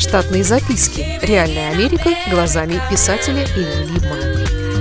Штатные записки. Реальная Америка глазами писателя Ильи Либмана.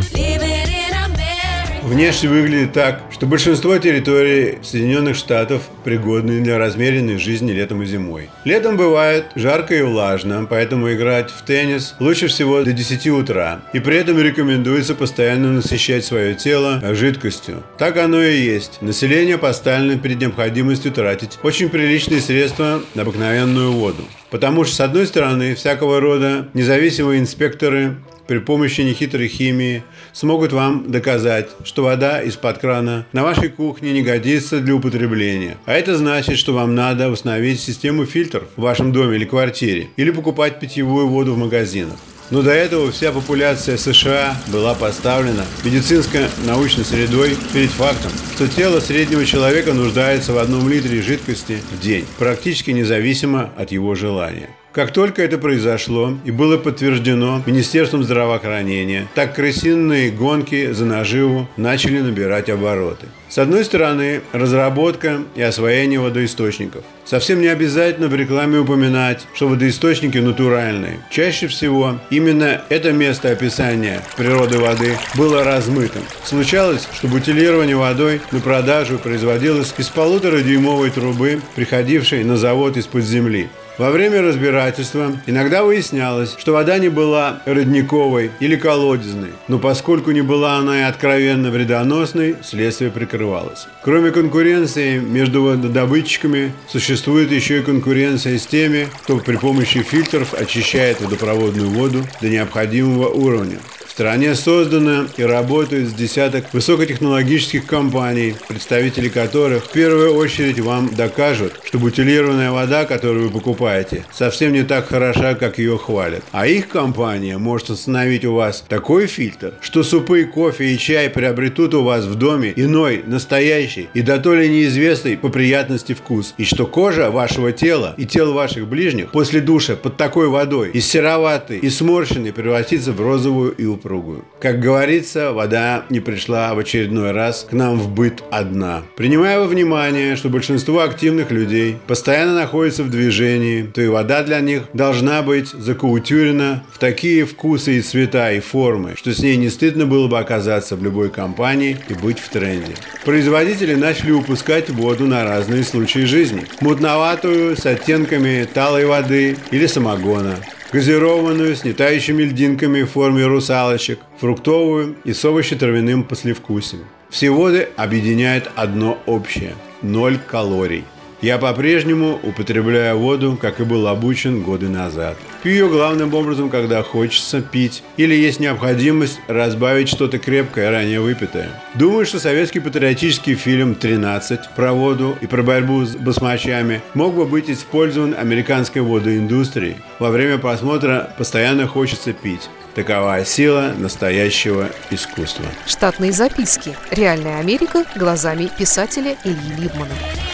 Внешне выглядит так, что большинство территорий Соединенных Штатов пригодны для размеренной жизни летом и зимой. Летом бывает жарко и влажно, поэтому играть в теннис лучше всего до 10 утра. И при этом рекомендуется постоянно насыщать свое тело жидкостью. Так оно и есть. Население поставлено перед необходимостью тратить очень приличные средства на обыкновенную воду. Потому что, с одной стороны, всякого рода независимые инспекторы при помощи нехитрой химии смогут вам доказать, что вода из-под крана на вашей кухне не годится для употребления. А это значит, что вам надо установить систему фильтров в вашем доме или квартире, или покупать питьевую воду в магазинах. Но до этого вся популяция США была поставлена медицинско-научной средой перед фактом, что тело среднего человека нуждается в 1 литре жидкости в день, практически независимо от его желания. Как только это произошло и было подтверждено Министерством здравоохранения, так крысиные гонки за наживу начали набирать обороты. С одной стороны, разработка и освоение водоисточников. Совсем не обязательно в рекламе упоминать, что водоисточники натуральные. Чаще всего именно это место описания природы воды было размытым. Случалось, что бутилирование водой на продажу производилось из 1,5-дюймовой трубы, приходившей на завод из-под земли. Во время разбирательства иногда выяснялось, что вода не была родниковой или колодезной, но поскольку не была она и откровенно вредоносной, следствие прикрывалось. Кроме конкуренции между вододобытчиками, существует еще и конкуренция с теми, кто при помощи фильтров очищает водопроводную воду до необходимого уровня. В стране создано и работает с десяток высокотехнологических компаний, представители которых в первую очередь вам докажут, что бутилированная вода, которую вы покупаете, совсем не так хороша, как ее хвалят. А их компания может установить у вас такой фильтр, что супы, кофе и чай приобретут у вас в доме иной, настоящий и до то ли неизвестный по приятности вкус, и что кожа вашего тела и тела ваших ближних после душа под такой водой из сероватой и сморщенной превратится в розовую и упругую. Как говорится, вода не пришла в очередной раз к нам в быт одна. Принимая во внимание, что большинство активных людей постоянно находится в движении, то и вода для них должна быть закаутюрена в такие вкусы и цвета и формы, что с ней не стыдно было бы оказаться в любой компании и быть в тренде. Производители начали выпускать воду на разные случаи жизни. Мутноватую, с оттенками талой воды или самогона, газированную с нетающими льдинками в форме русалочек, фруктовую и с овощно-травяным послевкусием. Все воды объединяет одно общее – 0 калорий. Я по-прежнему употребляю воду, как и был обучен годы назад. Пью ее главным образом, когда хочется пить или есть необходимость разбавить что-то крепкое, ранее выпитое. Думаю, что советский патриотический фильм «13» про воду и про борьбу с басмачами мог бы быть использован американской водоиндустрией. Во время просмотра постоянно хочется пить. Такова сила настоящего искусства. Штатные записки. Реальная Америка глазами писателя Ильи Либмана.